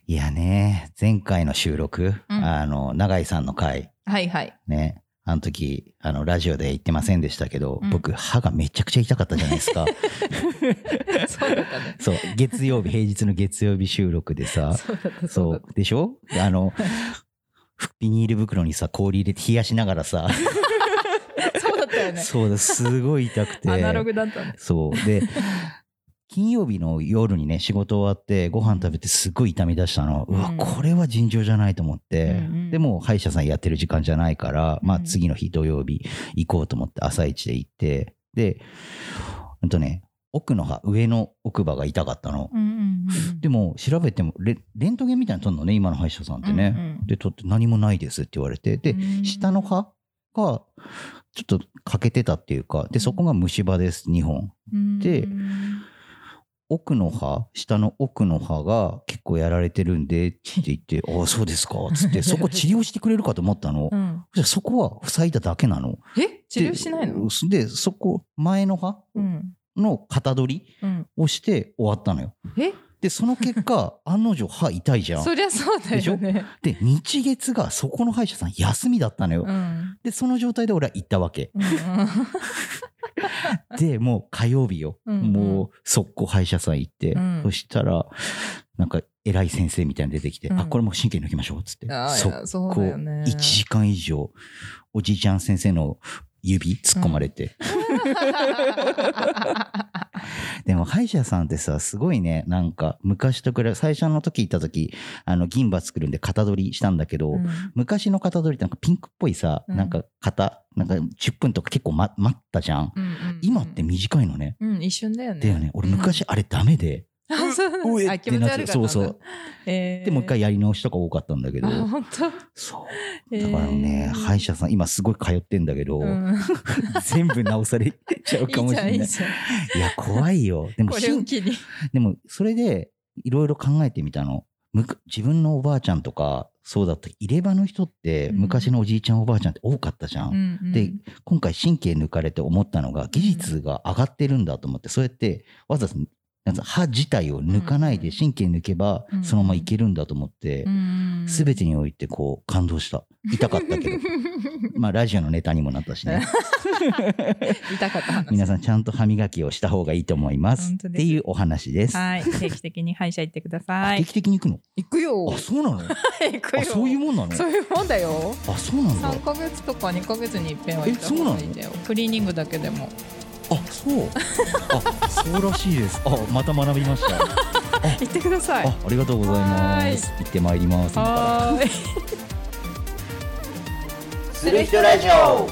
いやね、前回の収録、永井さんの回、 はいはい。 ね、あの時ラジオで言ってませんでしたけど、僕歯がめちゃくちゃ痛かったじゃないですか。 そうだったね。 そう、月曜日、平日の月曜日収録でさ、そうでしょ？ビニール袋にさ氷入れて冷やしながらさ。 そうだったよね。 そうだ、すごい痛くて。 アナログだったね。 そうで。金曜日の夜にね仕事終わってご飯食べてすごい痛み出したの、うわこれは尋常じゃないと思って、でも歯医者さんやってる時間じゃないから、まあ次の日土曜日行こうと思って朝一で行って、で奥の歯、上の奥歯が痛かったの、でも調べてもレントゲンみたいなの撮るのね今の歯医者さんってね、で撮って何もないですって言われて、で下の歯がちょっと欠けてたっていうか、でそこが虫歯です2本で、奥の歯、下の奥の歯が結構やられてるんでって言ってああそうですかっつってそこ治療してくれるかと思ったの、じゃあそこは塞いだだけなの。 治療しないの？ でそこ前の歯の型取りをして終わったのよ。でその結果案の定歯痛いじゃん。 そりゃそうだよね。 で日月がそこの歯医者さん休みだったのよ、でその状態で俺は行ったわけ、でもう火曜日よ、もう速攻歯医者さん行って、そしたらなんか偉い先生みたいに出てきて、あこれもう神経抜きましょうっつって、速攻1時間以上おじいちゃん先生の指突っ込まれて、でも歯医者さんってさすごいね、なんか昔と比べ最初の時行った時銀歯作るんで型取りしたんだけど、昔の型取りってなんかピンクっぽいさ、なんか型なんか10分とか結構待ったじゃん、今って短いのね、 一瞬だよね。 だよね。俺昔あれダメで、 うえってなって、 そうそう、でもう一回やり直しとか多かったんだけど、 本当？ そうだからね、歯医者さん今すごい通ってんだけど、全部直されちゃうかもしれない。いや怖いよ。でもそれでいろいろ考えてみたの。自分のおばあちゃんとかそうだった入れ歯の人って昔のおじいちゃんおばあちゃんって多かったじゃん、で今回神経抜かれて思ったのが技術が上がってるんだと思って、そうやってわざわざ歯自体を抜かないで神経抜けばそのままいけるんだと思って、全てにおいてこう感動した。痛かったけどまあラジオのネタにもなったしね痛かった話。 皆さんちゃんと歯磨きをした方がいいと思いますっていうお話です。 はい、定期的に歯医者行ってください。 定期的に行くの？行くよ。 あ、そうなの？ 行くよ。 あ、そういうもんなの？ そういうもんだよ。 あ、そうなんだ。 3ヶ月とか2ヶ月に一遍は行った方がいいんだよ。クリーニングだけでも。 あ、そうあ、そうらしいです。あ、また学びました行ってください。 ありがとうございます。行ってまいります。 はいする人ラジオ。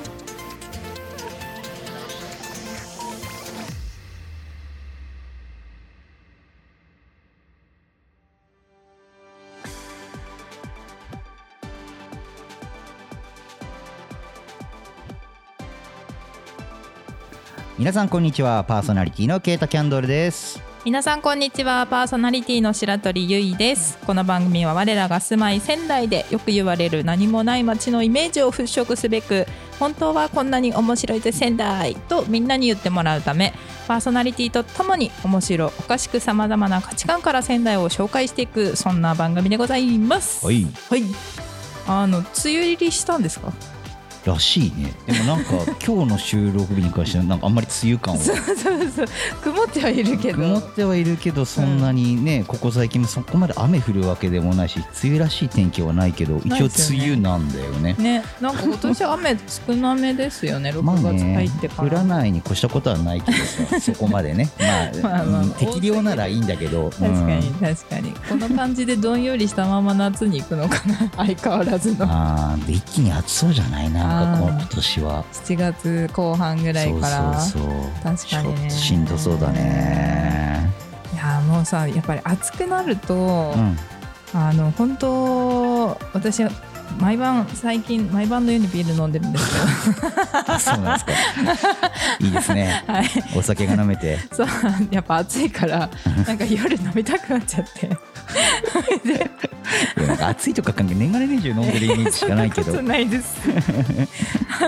皆さんこんにちは。パーソナリティのケイタキャンドルです。 皆さんこんにちは。パーソナリティの白鳥ゆいです。この番組は我らが住まい仙台でよく言われる何もない街のイメージを払拭すべく、本当はこんなに面白いぜ仙台とみんなに言ってもらうため、パーソナリティとともに面白おかしくさまざまな価値観から仙台を紹介していく、そんな番組でございます。 はい、 はい、梅雨入りしたんですからしいね。でもなんか今日の収録日に関してはなんかあんまり梅雨感はそう曇ってはいるけど、 曇ってはいるけどそんなにね、ここ最近もそこまで雨降るわけでもないし、梅雨らしい天気はないけど一応梅雨なんだよね。 ね、なんか今年雨少なめですよね6月入ってから、 降らないに越したことはないけどさそこまでね、適量ならいいんだけど、 確かにこの感じでどんよりしたまま夏に行くのかな相変わらずの。 で一気に暑そうじゃない？なんか今年は 7月後半ぐらいから。そう確かにね、 ちょっとしんどそうだね。 いやもうさ、やっぱり暑くなると、本当私最近毎晩のようにビール飲んでるんですけどそうなんですかいいですね、はい、お酒が飲めてそうやっぱ暑いからなんか夜飲みたくなっちゃってでなんか暑いとか関係年がら年中飲んでるイメージしかないけどないです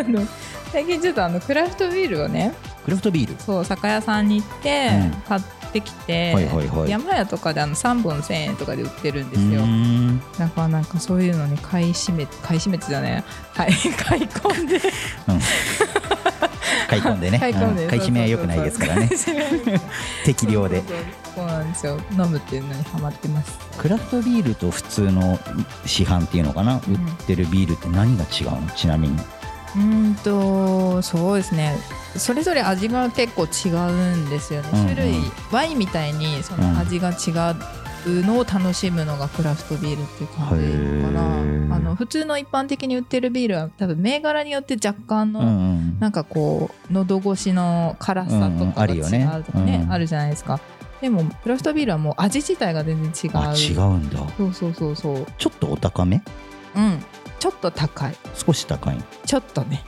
最近ちょっとクラフトビールをね、 クラフトビール、 そう酒屋さんに行って買っってきて、 はいはいはい、 山屋とかで3本1000円とかで売ってるんですよ。だからなんかそういうのに買い占めてじゃねえ、はい、買い込んで、 買い込んでね、買い占めは良くないですからね適量で。 そうなんですよ、飲むっていうのにハマってます。 クラフトビールと普通の市販っていうのかな、売ってるビールって何が違うの？ちなみに。 そうですね、それぞれ味が結構違うんですよね、種類。ワインみたいにその味が違うのを楽しむのがクラフトビールっていう感じかな。普通の一般的に売ってるビールは多分銘柄によって若干のなんかこう喉越しの辛さとかが違うとかね、あるじゃないですか。でもクラフトビールはもう味自体が全然違う。 違うんだ。 そうちょっとお高め？ ちょっと高い。 少し高い。 ちょっとね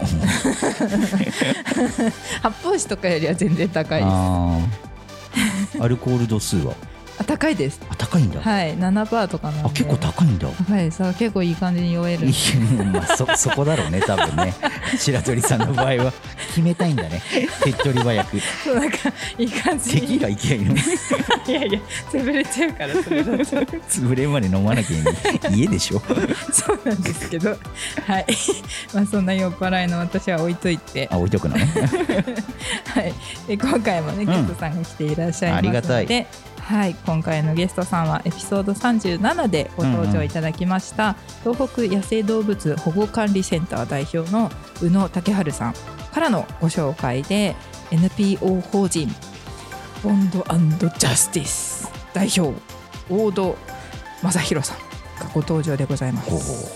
発泡酒とかよりは全然高いです。 アルコール度数は高いです。 高いんだ。 はい、7% とかなんで。 結構高いんだ。 高いです。結構いい感じに酔える。 そこだろうね多分ね白鳥さんの場合は決めたいんだね手っ取り早く。 そう、なんかいい感じに。 テキーラいけないのいや潰れちゃうから。それだと潰れまで飲まなきゃいけない家でしょそうなんですけど、はいそんな酔っ払いの私は置いといて。 置いとくのねはい。で今回もねゲストさんが来ていらっしゃいますので、ありがたい。はい、今回のゲストさんはエピソード37でご登場いただきました、東北野生動物保護管理センター代表の宇野武春さんからのご紹介で、 NPO 法人ボンド&ジャスティス代表大戸正弘さんがご登場でございます。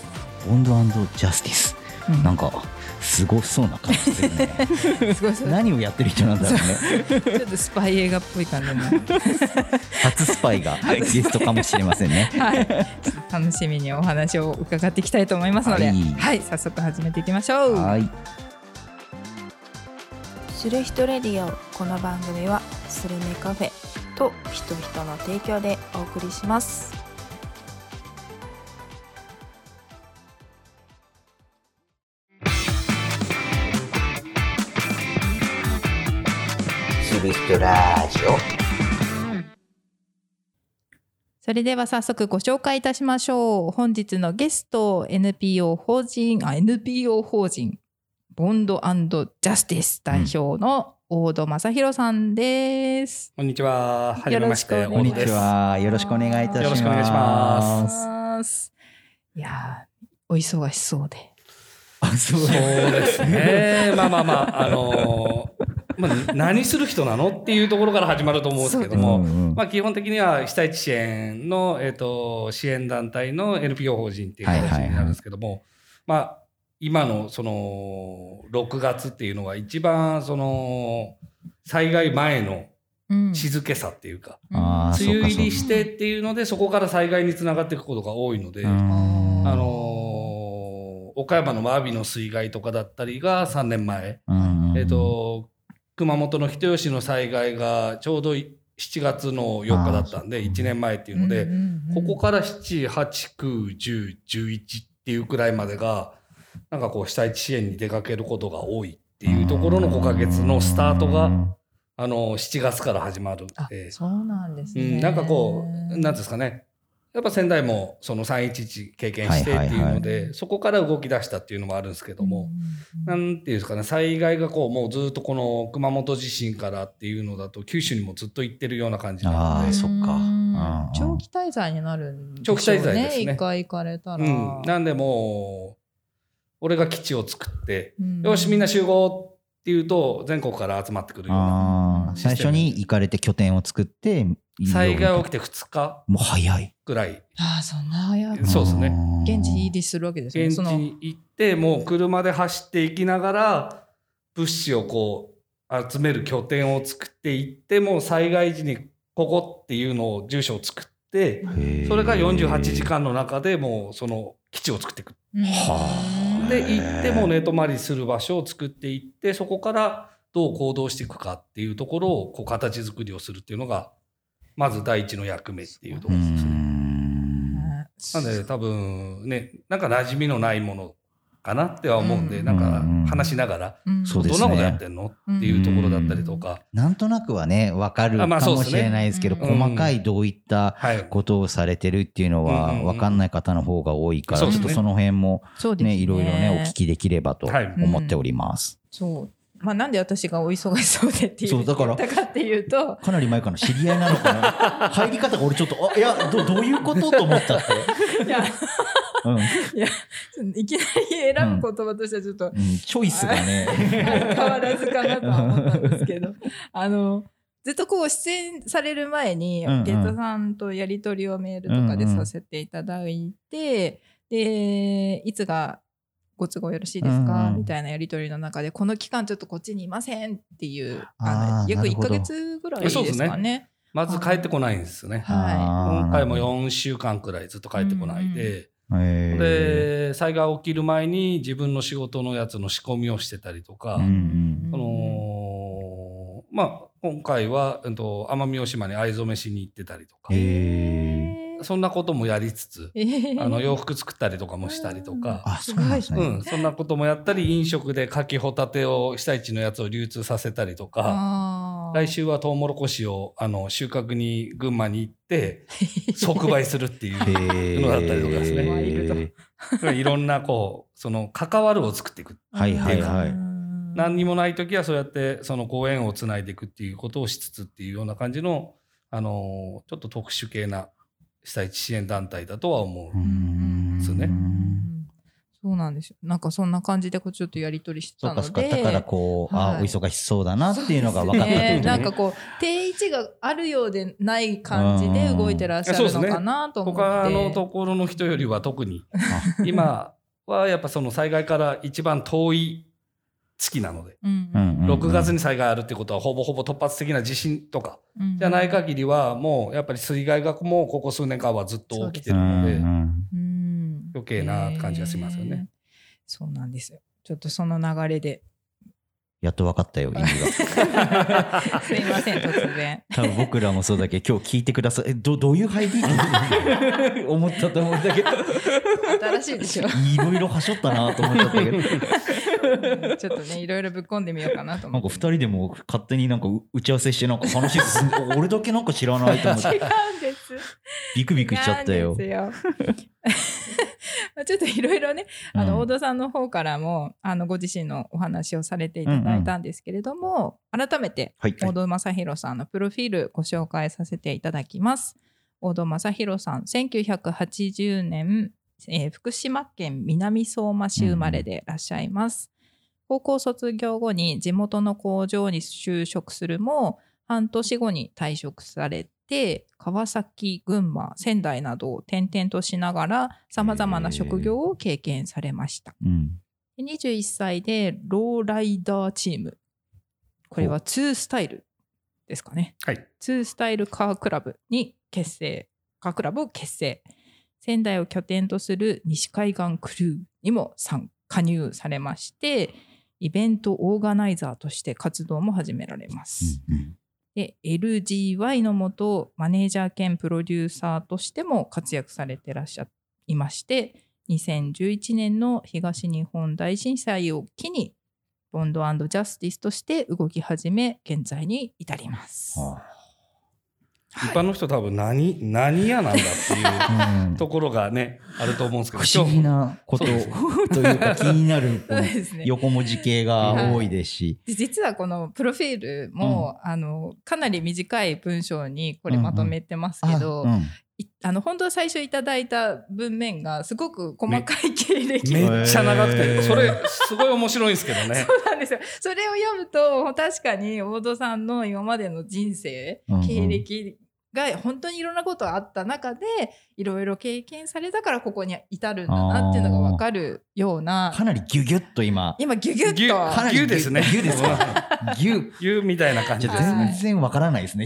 ボンド&ジャスティス、なんかすごそうな感じですねすごそう。何をやってる人なんだろうねちょっとスパイ映画っぽい感じの初スパイがゲストかもしれませんねはい、楽しみにお話を伺っていきたいと思いますので、はい、早速始めていきましょう。 はい。 する人レディオ。この番組はスルメカフェと人々の提供でお送りします。 それでは早速ご紹介いたしましょう。本日のゲスト NPO 法人ボンド&ジャスティス代表の大戸正弘さんです。 こんにちは。はじめまして。 こんにちは。よろしくお願いいたします。 よろしくお願いします。 いやー、お忙しそうで。 そうですね。何する人なのっていうところから始まると思うんですけども、基本的には被災地支援の、支援団体の NPO 法人っていう形になるんですけども、今のその6月っていうのは一番その災害前の静けさっていうか、梅雨入りしてっていうので、そこから災害につながっていくことが多いので、岡山の阿鼻の水害とかだったりが3年前、熊本の人吉の災害がちょうど7月の4日だったんで1年前っていうので、ここから7、8、9、10、11っていうくらいまでがなんかこう被災地支援に出かけることが多いっていうところの5ヶ月のスタートが7月から始まる。 そうなんですね。 なんかこうなんですかね、やっぱ仙台もその311経験してっていうので、そこから動き出したっていうのもあるんですけども、なんていうんですかね、災害がこうもうずっとこの熊本地震からっていうのだと九州にもずっと行ってるような感じなので、 そっか、 長期滞在になるんでしょうね。 長期滞在ですね。 一回行かれたら、 なんでもう俺が基地を作って、よしみんな集合っていうと全国から集まってくるような。 最初に行かれて拠点を作って災害起きて2日もう早いぐらい。 そんな早い。 そうですね。 現地入りするわけですね。 現地に行ってもう車で走っていきながら物資をこう集める拠点を作っていって、もう災害時にここっていうのを住所を作って、それが48時間の中でもうその基地を作っていく。で行っても寝泊まりする場所を作っていって、そこからどう行動していくかっていうところをこう形作りをするっていうのがまず第一の役目っていうところですね。なんで多分ね、なんか馴染みのないものかなっては思うんで、なんか話しながら、 そうですね、 どんなことやってんのっていうところだったりとか、 なんとなくはね分かるかもしれないですけど、細かいどういったことをされてるっていうのは分かんない方の方が多いから、ちょっとその辺もねいろいろねお聞きできればと思っております。 そうまあ、なんで私がお忙しそうでって言ったかっていうと、 かなり前から知り合いなのかな入り方が俺ちょっといや どういうことと思っちゃっていや、 いやいきなり選ぶ言葉としてはちょっと、 チョイスがね変わらずかなとは思ったんですけどずっとこう出演される前にゲッタさんとやり取りをメールとかでさせていただいて、でいつがご都合よろしいですか、みたいなやり取りの中でこの期間ちょっとこっちにいませんっていう約1ヶ月ぐらいですかね。 まず帰ってこないんですよね。今回も4週間くらいずっと帰ってこないで、で災害起きる前に自分の仕事のやつの仕込みをしてたりとか、まあ今回は奄美大島に藍染めしに行ってたりとか、そんなこともやりつつ、洋服作ったりとかもしたりとか、 そうなんですね。 そんなこともやったり、飲食で牡蠣ホタテを被災地のやつを流通させたりとか、来週はトウモロコシを収穫に群馬に行って即売するっていうのだったりとかですね。いろんなこうその関わるを作っていくっていうか、何にもない時はそうやってそのご縁をつないでいくっていうことをしつつっていうような感じのちょっと特殊系な被災地支援団体だとは思うんですね。 そうなんですよ。なんかそんな感じでこうちょっとやり取りしてたので、 だからこう、お忙しそうだなっていうのが分かったってことね。 なんかこう定位置があるようでない感じで動いてらっしゃるのかなと思って。 他のところの人よりは特に今はやっぱその災害から一番遠い月なので、6月に災害あるってことはほぼほぼ突発的な地震とかじゃない限りはもうやっぱり水害がもうここ数年間はずっと起きてるので、余計な感じがしますよね。 そうなんですよ。ちょっとその流れでやっと分かったよ意味がすいません突然。 多分僕らもそうだけど今日聞いてください。どういう入りって思ったと思うんだけど新しいでしょ。 いろいろはしょったなと思っちゃったけどちょっとねいろいろぶっ込んでみようかなと思って。 なんか2人でも勝手になんか打ち合わせしてなんか話進んで俺だけなんか知らないと思って違うんですビクビクしちゃったよ。 ちょっといろいろね大戸さんの方からもご自身のお話をされていただいたんですけれども、改めて大戸正弘さんのプロフィールご紹介させていただきます。大戸正弘さん1980年、福島県南相馬市生まれでいらっしゃいます。高校卒業後に地元の工場に就職するも半年後に退職されて川崎、群馬、仙台などを転々としながらさまざまな職業を経験されました。21歳でローライダーチーム、これは2スタイルですかね、2スタイルカークラブを結成。仙台を拠点とする西海岸クルーにも加入されまして、イベントオーガナイザーとして活動も始められます。で LGY の下マネージャー兼プロデューサーとしても活躍されていらっしゃいまして、2011年の東日本大震災を機にボンド&ジャスティスとして動き始め現在に至ります。 一般の人多分何屋なんだっていうところがねあると思うんですけど、 不思議なことというか気になる横文字系が多いですし、 で実はこのプロフィールも、かなり短い文章にこれまとめてますけど、本当は最初いただいた文面がすごく細かい経歴めっちゃ長くて、それすごい面白いんですけどね。 そうなんですよ。それを読むと確かに大戸さんの今までの人生、経歴が本当にいろんなことがあった中でいろいろ経験されたからここに至るんだなっていうのが分かるような、 かなりギュギュッと今ギュギュッとギュですね。 ギュですかギュみたいな感じですね。 全然分からないですね。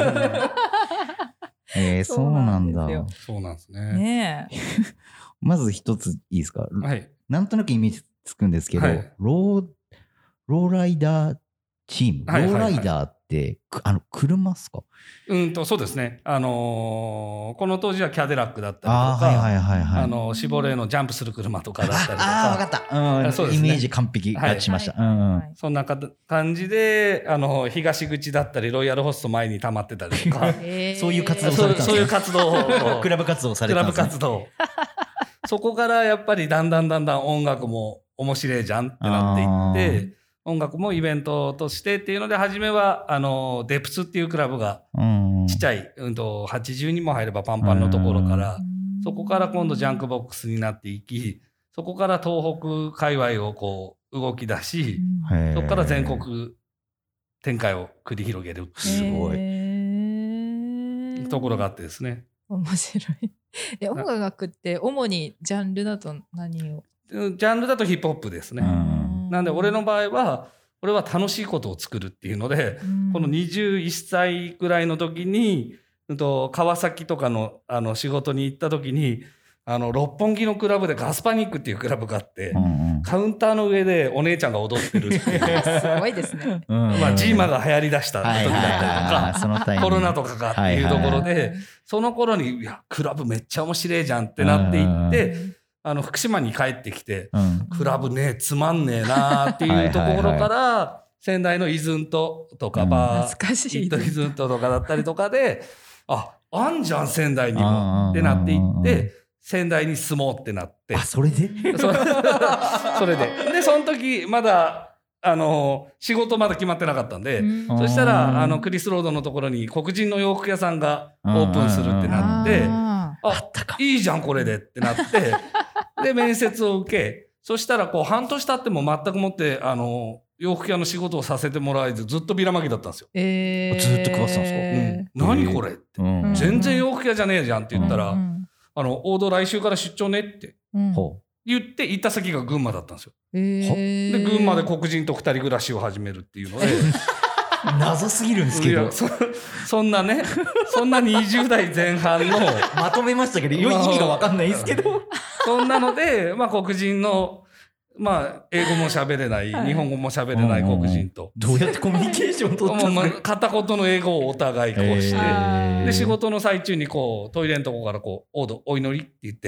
そうなんだ。 そうなんですね。 まず一ついいですか、なんとなくイメージつくんですけど、ローライダーチーム、ローライダーっって車っすか？ そうですね。この当時はキャデラックだったりとか、 はいはいはいはい、 シボレーのジャンプする車とかだったりと分かか。 った、そうですね、イメージ完璧がしました、 そんな感じで東口だったりロイヤルホスト前に溜まってたりとかそういう活動されたんですか？ そういう活動クラブ活動されたんですね。 クラブ活動そこからやっぱりだんだん音楽も面白いじゃんってなっていって、音楽もイベントとしてっていうので、初めはデプスっていうクラブがちっちゃい、80人も入ればパンパンのところから、そこから今度ジャンクボックスになっていき、そこから東北界隈をこう動き出し、そこから全国展開を繰り広げるっていうところがあってですね。 面白い。音楽って主にジャンルだと何を？ ジャンルだとヒップホップですね。なんで俺の場合は楽しいことを作るっていうので、この21歳ぐらいの時に川崎とかの仕事に行った時に六本木のクラブでガスパニックっていうクラブがあって、カウンターの上でお姉ちゃんが踊ってるっていうすごいですね。 ジーマが流行りだした時だったりとか、コロナとかがっていうところで、その頃にいやクラブめっちゃ面白いじゃんってなっていって、福島に帰ってきて、クラブねつまんねえなっていうところから仙台のイズントとかバーイズントとかだったりとかで、あんじゃん仙台にもってなっていって、仙台に住もうってなって、 それでそれでその時まだ仕事まだ決まってなかったんで、そしたらクリスロードのところに黒人の洋服屋さんがオープンするってなって、いいじゃんこれでってなってで面接を受け、そしたらこう半年経っても全くもって洋服屋の仕事をさせてもらえず、ずっとビラまきだったんですよ。 ずっと配ってたんですか？ 何これって、全然洋服屋じゃねえじゃんって言ったら、大戸来週から出張ねって言って行った先が群馬だったんですよ。で群馬で黒人と2人暮らしを始めるっていうので謎すぎるんですけど、 そんな20代前半のまとめましたけど意味が分かんないですけどそんなので、黒人の英語も喋れない、日本語も喋れない黒人とどうやってコミュニケーションを取ったんですか？ 片言の英語をお互いこうして、で仕事の最中にこうトイレのとこからこうお祈りって言って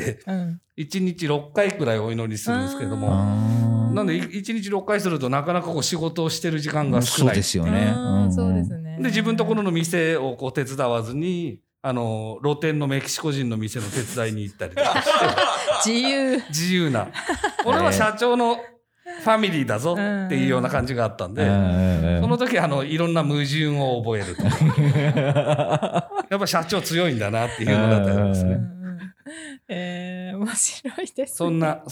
、1日6回くらいお祈りするんですけども、なんで1日6回するとなかなかこう仕事をしてる時間が少ない。 そうですよね。 そうですね。 で自分ところの店をこう手伝わずに露店のメキシコ人の店の手伝いに行ったりとかして自由な俺は社長のファミリーだぞっていうような感じがあったんで、その時いろんな矛盾を覚えるとやっぱ社長強いんだなっていうのだったんですね。 面白いですね。 そんな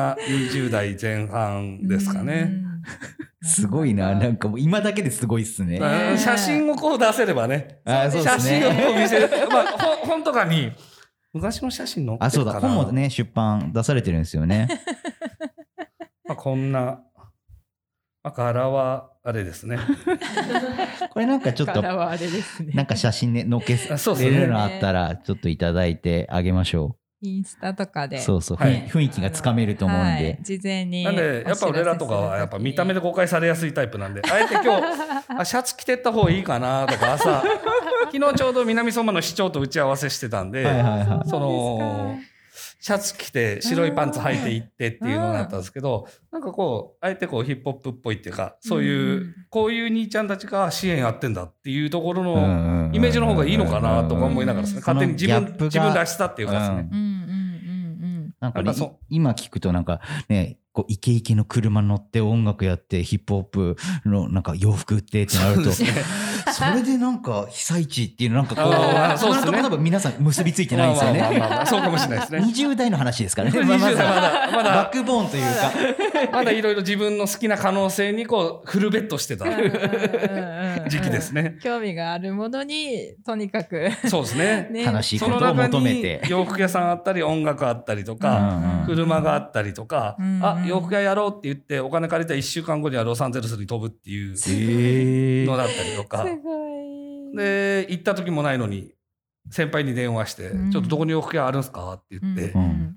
20代前半ですかね。 すごいな、なんかもう今だけですごいっすね。 写真をこう出せればね、 そうですね、 写真をこう見せる、本とかに昔の写真載ってるかな。 そうだ、本もね出版出されてるんですよね。 こんな柄はあれですね。 これなんかちょっとなんか写真ね載っけれるのあったらちょっといただいてあげましょう。 インスタとかで雰囲気がつかめると思うんで、 事前に。 なんでやっぱ俺らとかはやっぱ見た目で誤解されやすいタイプなんで、あえて今日シャツ着てった方がいいかなとか、朝昨日ちょうど南相馬の市長と打ち合わせしてたんで、そのシャツ着て白いパンツ履いていってっていうのがあったんですけど、なんかこうあえてこうヒップホップっぽいっていうか、そういうこういう兄ちゃんたちが支援やってんだっていうところのイメージの方がいいのかなとか思いながらですね、勝手に自分出したっていうかですね。 なんか今聞くとなんかね、こうイケイケの車乗って音楽やってヒップホップのなんか洋服売ってってなると、それでなんか被災地っていうのなんかこうそういうところ多分皆さん結びついてないんですよね。 そうかもしれないですね。 20代の話ですからね。 まだバックボーンというかまだいろいろ自分の好きな可能性にこうフルベットしてた時期ですね。 興味があるものにとにかくそうですね。 楽しいことを求めて、 洋服屋さんあったり音楽あったりとか、車があったりとか、洋服屋やろうって言ってお金借りた1週間後にはロサンゼルスに飛ぶっていうのだったりとか、で行った時もないのに先輩に電話して、ちょっとどこに洋服屋あるんすかって言って、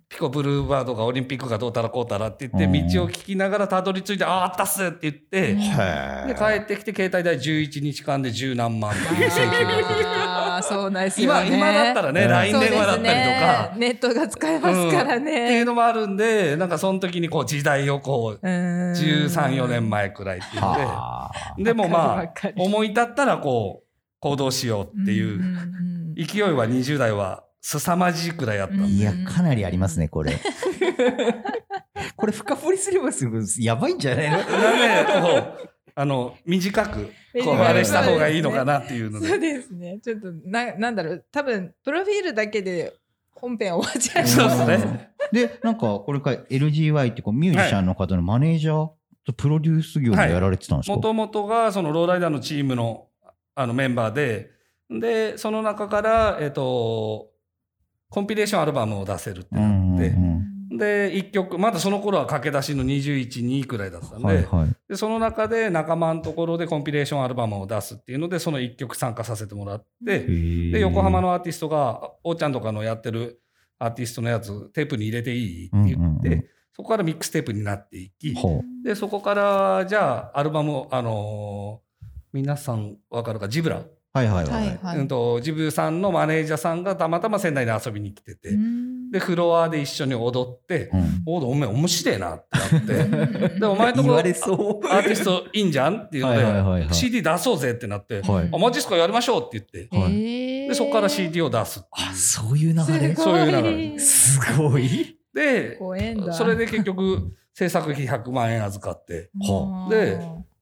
ピコブルーバードがオリンピックがどうたらこうたらって言って道を聞きながらたどり着いてあったっすって言ってで帰ってきて携帯代11日間で10何万っていう請求が来るそうなんですよね。 今だったらね LINE 電話だったりとか、 ネットが使えますからね、 っていうのもあるんでなんかその時にこう時代をこう13、14年前くらいっていうのででもまあ思い立ったらこう行動しようっていう勢いは20代は凄まじいくらいあったんで。 いやかなりありますねこれこれ深掘りすればすぐやばいんじゃないの短くこうあれした方がいいのかなっていうので。 そうですね。ちょっとなんだろう、多分プロフィールだけで本編終わっちゃいます。 そうですね。 でなんかこれから LGY ってこうミュージシャンの方のマネージャーとプロデュース業もやられてたんですか？ もともとがそのローライダーのチームのメンバーでその中からコンピレーションアルバムを出せるってなって。で1曲まだその頃は駆け出しの21、2くらいだったんで、でその中で仲間のところでコンピレーションアルバムを出すっていうのでその1曲参加させてもらってで横浜のアーティストがおーちゃんとかのやってるアーティストのやつテープに入れていいって言って、そこからミックステープになっていきでそこからじゃあアルバムを皆さん分かるかジブラジブさんのマネージャーさんがたまたま仙台に遊びに来ててでフロアで一緒に踊って、お前面白いなってなってでお前とこアーティストいいんじゃんっていうので CD 出そうぜってなって、マジっすかやりましょうって言って、でそこから CD を出す。 そういう流れ。 そういう流れ。 すごい。 でそれで結局制作費100万円預かってで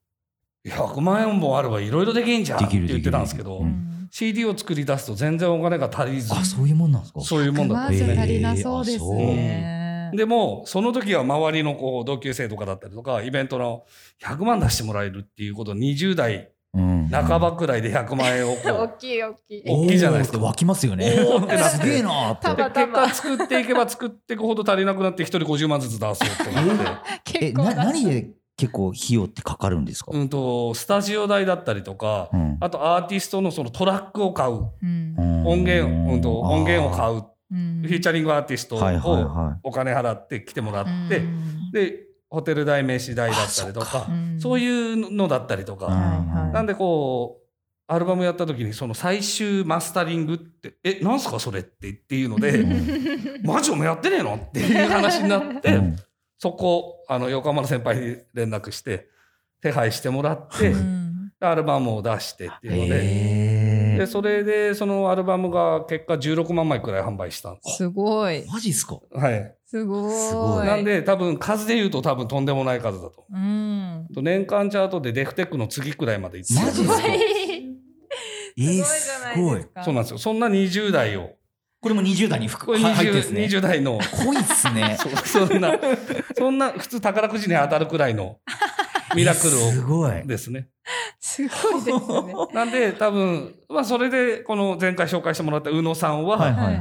100万円もあればいろいろできんじゃんって言ってたんですけど、CD を作り出すと全然お金が足りず。 そういうもんなんですか？ そういうもんだったんですね。足りなそうですね。 でもその時は周りの同級生とかだったりとかイベントの100万出してもらえるっていうことを20代半ばくらいで100万円を大きい大きいじゃないですか。 湧きますよね。すげえなって。 結果作っていけば作っていくほど足りなくなって1人50万ずつ出そうってなって何で結構費用ってかかるんですか？ スタジオ代だったりとか、あとアーティストのそのトラックを買う、音源を買う、フィーチャリングアーティストをお金払って来てもらって、でホテル代名刺代だったりとか、そういうのだったりとか、なんでアルバムやった時にその最終マスタリングってなんすかそれっていうのでマジお前やってねえのっていう話になってそこ横浜の先輩に連絡して手配してもらって、アルバムを出してっていうので、それでそのアルバムが結果16万枚くらい販売したんです。 すごい。 マジっすか？ はい。 すごい。 なんで多分数で言うと多分とんでもない数だと。年間チャートでデフテックの次くらいまでいってマジっすか？ すごいじゃないですか。 そうなんですよ。そんな20代を。 これも20代に入ってですね。 20代の。 濃いっすね。 そんな普通宝くじに当たるくらいのミラクルをですね。 すごいですね。 なんで多分、それでこの前回紹介してもらった宇野さんは、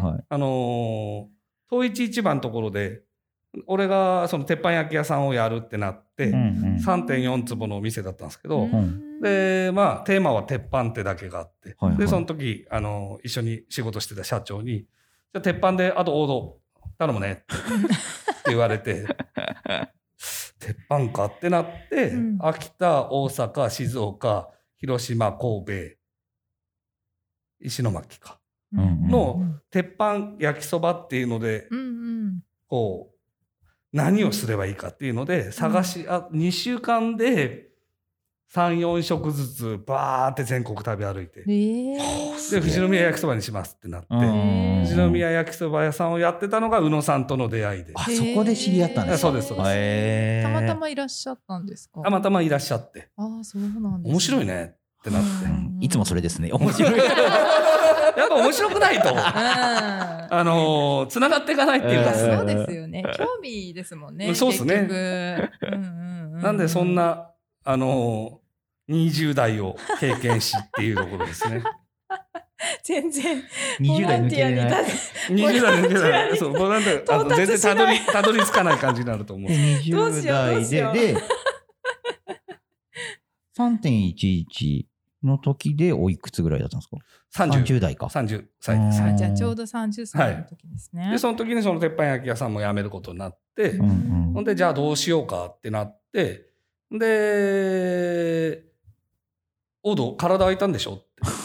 東一市場のところで、俺がその鉄板焼き屋さんをやるってなって、3.4 坪のお店だったんですけど、で、テーマは鉄板ってだけがあって、で、その時、一緒に仕事してた社長に、じゃあ鉄板であと王道頼むねって言われて、鉄板かってなって、秋田、大阪、静岡、広島、神戸、石巻かの鉄板焼きそばっていうので、何をすればいいかっていうので2週間で3、4食ずつバーって全国食べ歩いて、で富士宮焼きそばにしますってなって、富士宮焼きそば屋さんをやってたのが宇野さんとの出会いで。 そこで知り合ったんですか？ そうですそうです。 たまたまいらっしゃったんですか？ たまたまいらっしゃって、 そうなんです。 面白いねってなって、 いつもそれですね。面白い。 やっぱ面白くないとつながっていかないっていうか、 そうですよね。興味ですもんね。 そうですね。なんでそんな20代を経験しっていうところですね。 全然 20代抜けれない。 20代抜けない。そう、なんで全然たどり着かない感じになると思う。 20代で 3.11 の時でおいくつぐらいだったんですか？30代か。 30歳です。 じゃあちょうど30歳の時ですね。 で、その時にその鉄板焼き屋さんも辞めることになって、ほんで、じゃあどうしようかってなって、で、オード、体空いたんでしょって。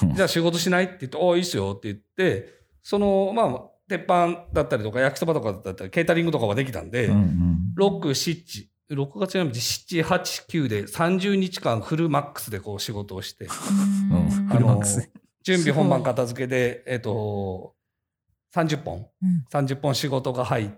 じゃあ仕事しないって言って、いいっすよって言って、鉄板だったりとか焼きそばとかだったり、ケータリングとかはできたんで、6月7、8、9で30日間フルマックスでこう仕事をして、準備本番片付けで、30本仕事が入って、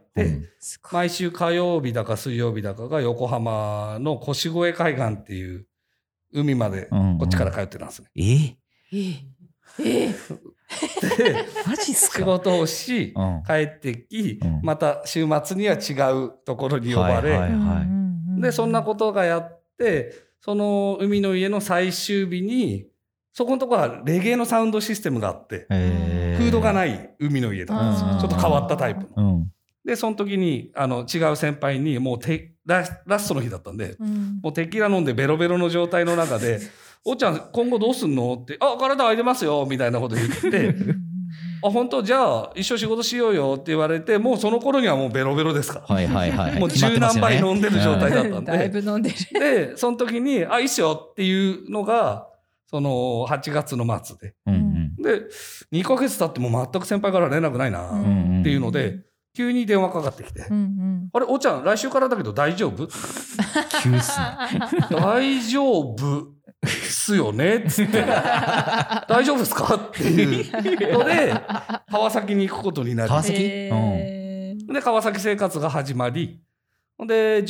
毎週火曜日だか水曜日だかが横浜の腰越海岸っていう海までこっちから通ってたんですね。で、 マジっすか？ 仕事をし、帰ってき、また週末には違うところに呼ばれ、で、そんなことがやって、その海の家の最終日に、そこのところはレゲエのサウンドシステムがあって、フードがない海の家だったんですよ。ちょっと変わったタイプの。で、その時に違う先輩にもうラストの日だったんで、もうテキーラ飲んでベロベロの状態の中で、おっちゃん今後どうすんのって、体空いてますよみたいなこと言って本当じゃあ一緒仕事しようよって言われて、もうその頃にはもうベロベロですから、もう十何杯飲んでる状態だったんで、 だいぶ飲んでる。 でその時にいいっすよっていうのがその8月の末で、で2ヶ月経っても全く先輩から連絡ないなっていうので、急に電話かかってきて、あれおっちゃん来週からだけど大丈夫？ 急っすね。 大丈夫すよねっつって大丈夫ですかっていうので川崎に行くことになり、 川崎、 で川崎生活が始まり、で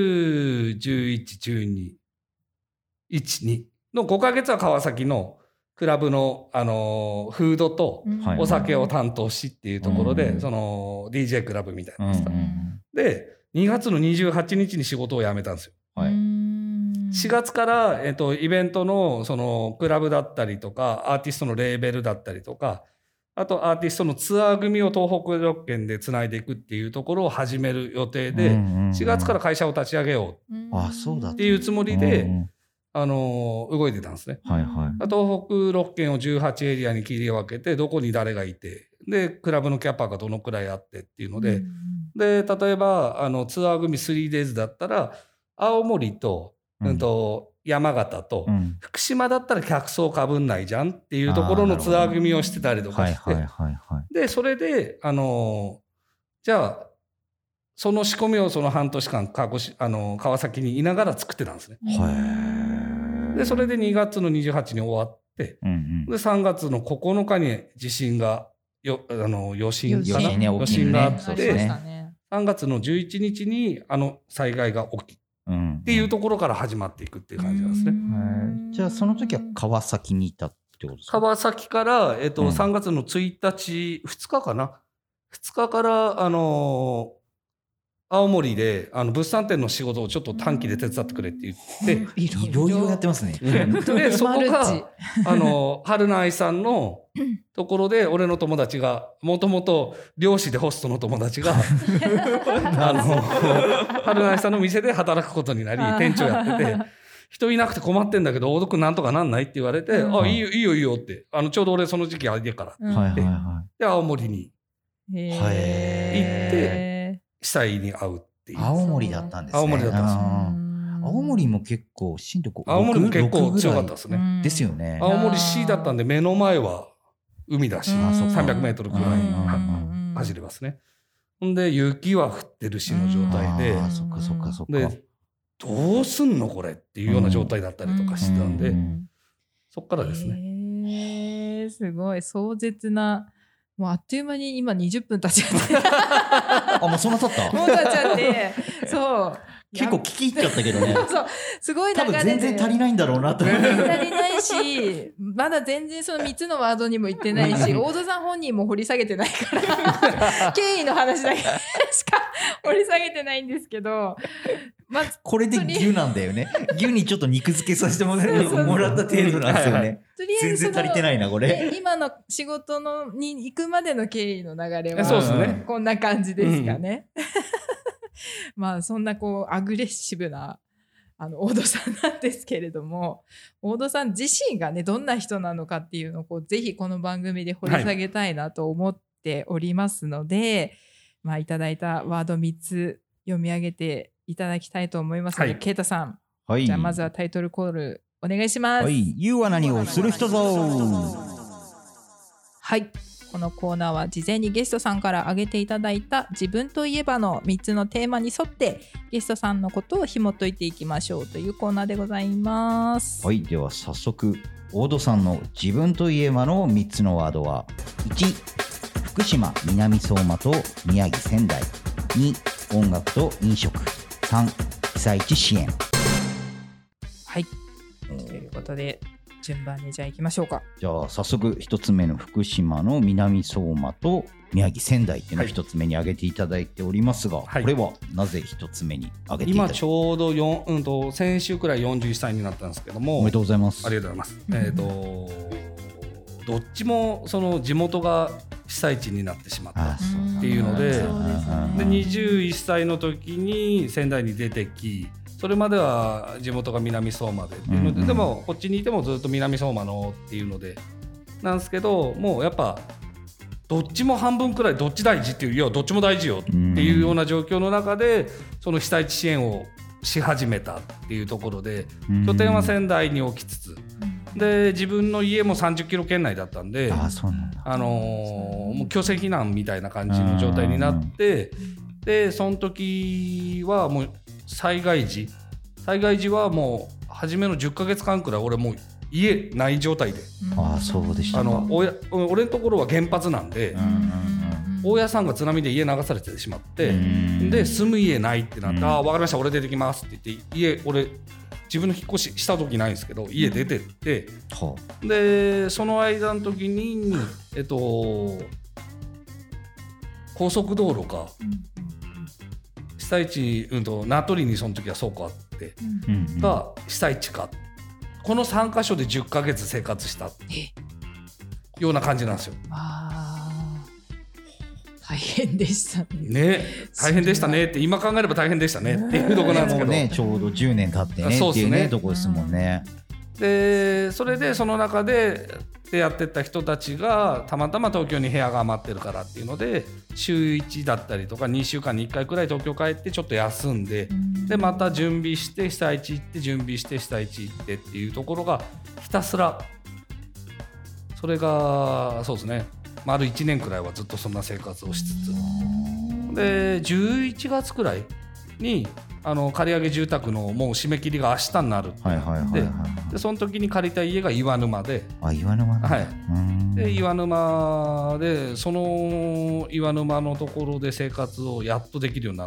10、11、12、12の5ヶ月は川崎のクラブの、フードとお酒を担当しっていうところで、その DJ クラブみたいなですか、で2月の28日に仕事を辞めたんですよ。4月から、イベントのそのクラブだったりとかアーティストのレーベルだったりとか、あとアーティストのツアー組を東北6県でつないでいくっていうところを始める予定で、4月から会社を立ち上げようっていうつもりで動いてたんですね。東北6県を18エリアに切り分けて、どこに誰がいて、でクラブのキャパがどのくらいあってっていうので、で例えばツアー組 3days だったら青森と山形と福島だったら客層かぶんないじゃんっていうところのツアー組をしてたりとかして、でそれでじゃあその仕込みをその半年間川崎にいながら作ってたんですね。でそれで2月の28に終わって、で3月の9日に地震が余震があって、3月の11日に災害が起きっていうところから始まっていくっていう感じなんですね。 じゃあその時は川崎にいたってことですか？ 川崎から3月の1日2日かな、2日から青森で物産展の仕事をちょっと短期で手伝ってくれって言っていろいろやってますね。 でそこが春菜愛さんのところで、俺の友達がもともと漁師でホストの友達が春菜愛さんの店で働くことになり、店長やってて人いなくて困ってんだけど大戸くんなんとかなんないって言われて、いいよいいよいいよってちょうど俺その時期あれでからって、で青森に行って被災に遭うっていう。 青森だったんですね。 青森だったんですよ。 青森も結構震度5、 青森も結構強かったですね。 ですよね。 青森市だったんで目の前は海だし、300メートルくらい走れますね。ほんで雪は降ってるしの状態で、でどうすんのこれっていうような状態だったりとかしてたんで、そっからですね。 すごい壮絶な。もうあっという間に今20分経っちゃってもうそんな経ったもう経っちゃって、そう結構聞き入っちゃったけどね。 そうすごい流れで多分全然足りないんだろうなと。 全然足りないし、まだ全然その3つのワードにも言ってないし、大戸さん本人も掘り下げてないから経緯の話だけしか掘り下げてないんですけど、 これで牛なんだよね。牛にちょっと肉付けさせてもらった程度なんですよね。全然足りてないなこれ。 今の仕事に行くまでの経緯の流れはそうですね、 こんな感じですかね。まあそんなアグレッシブな大戸さんなんですけれども、大戸さん自身がねどんな人なのかっていうのをぜひこの番組で掘り下げたいなと思っておりますので、いただいたワード3つ読み上げていただきたいと思いますので、ケイタさん、じゃあまずはタイトルコールお願いします。 You は何をする人ぞ。 はい、このコーナーは事前にゲストさんから挙げていただいた自分といえばの3つのテーマに沿ってゲストさんのことを紐解いていきましょうというコーナーでございます。 はい、では早速大戸さんの自分といえばの3つのワードは、1、福島南相馬と宮城仙台、2、音楽と飲食、3、被災地支援。 はい、ということで順番にじゃあ行きましょうか。 じゃあ早速1つ目の福島の南相馬と宮城仙台っていうのを1つ目に挙げていただいておりますが、これはなぜ1つ目に挙げていただいて、 今ちょうど先週くらい41歳になったんですけども、 おめでとうございます。 ありがとうございますどっちもその地元が被災地になってしまったっていうので、21歳の時に仙台に出てき、それまでは地元が南相馬でっていうので、でもこっちにいてもずっと南相馬のっていうのでなんですけど、もうやっぱどっちも半分くらいどっち大事っていう、いやどっちも大事よっていうような状況の中でその被災地支援をし始めたっていうところで、拠点は仙台に置きつつで、自分の家も30キロ圏内だったんで、もう強制避難みたいな感じの状態になって、でその時はもう災害時はもう初めの10ヶ月間くらい俺もう家ない状態で、 そうでしたか。 俺のところは原発なんで、大家さんが津波で家流されてしまって、で住む家ないってなって、分かりました俺出てきますって言って俺自分の引っ越しした時ないんですけど家出てって、でその間の時に高速道路か、被災地、名取にその時は倉庫あって、が被災地か、この3カ所で10ヶ月生活したような感じなんですよ。 大変でしたね。 大変でしたねって今考えれば大変でしたねっていうところなんですけど、 ちょうど10年経ってねっていうねとこですもんね。 でそれでその中で出会ってった人たちがたまたま東京に部屋が余ってるからっていうので、週1だったりとか2週間に1回くらい東京帰ってちょっと休んで、でまた準備して被災地行って準備して被災地行ってっていうところがひたすら、それがそうですね丸1年くらいはずっとそんな生活をしつつで、11月くらいに借り上げ住宅のもう締め切りが明日になるってなって、でその時に借りた家が岩沼で、 岩沼なんだ、 で岩沼でその岩沼のところで生活をやっとできるようになって、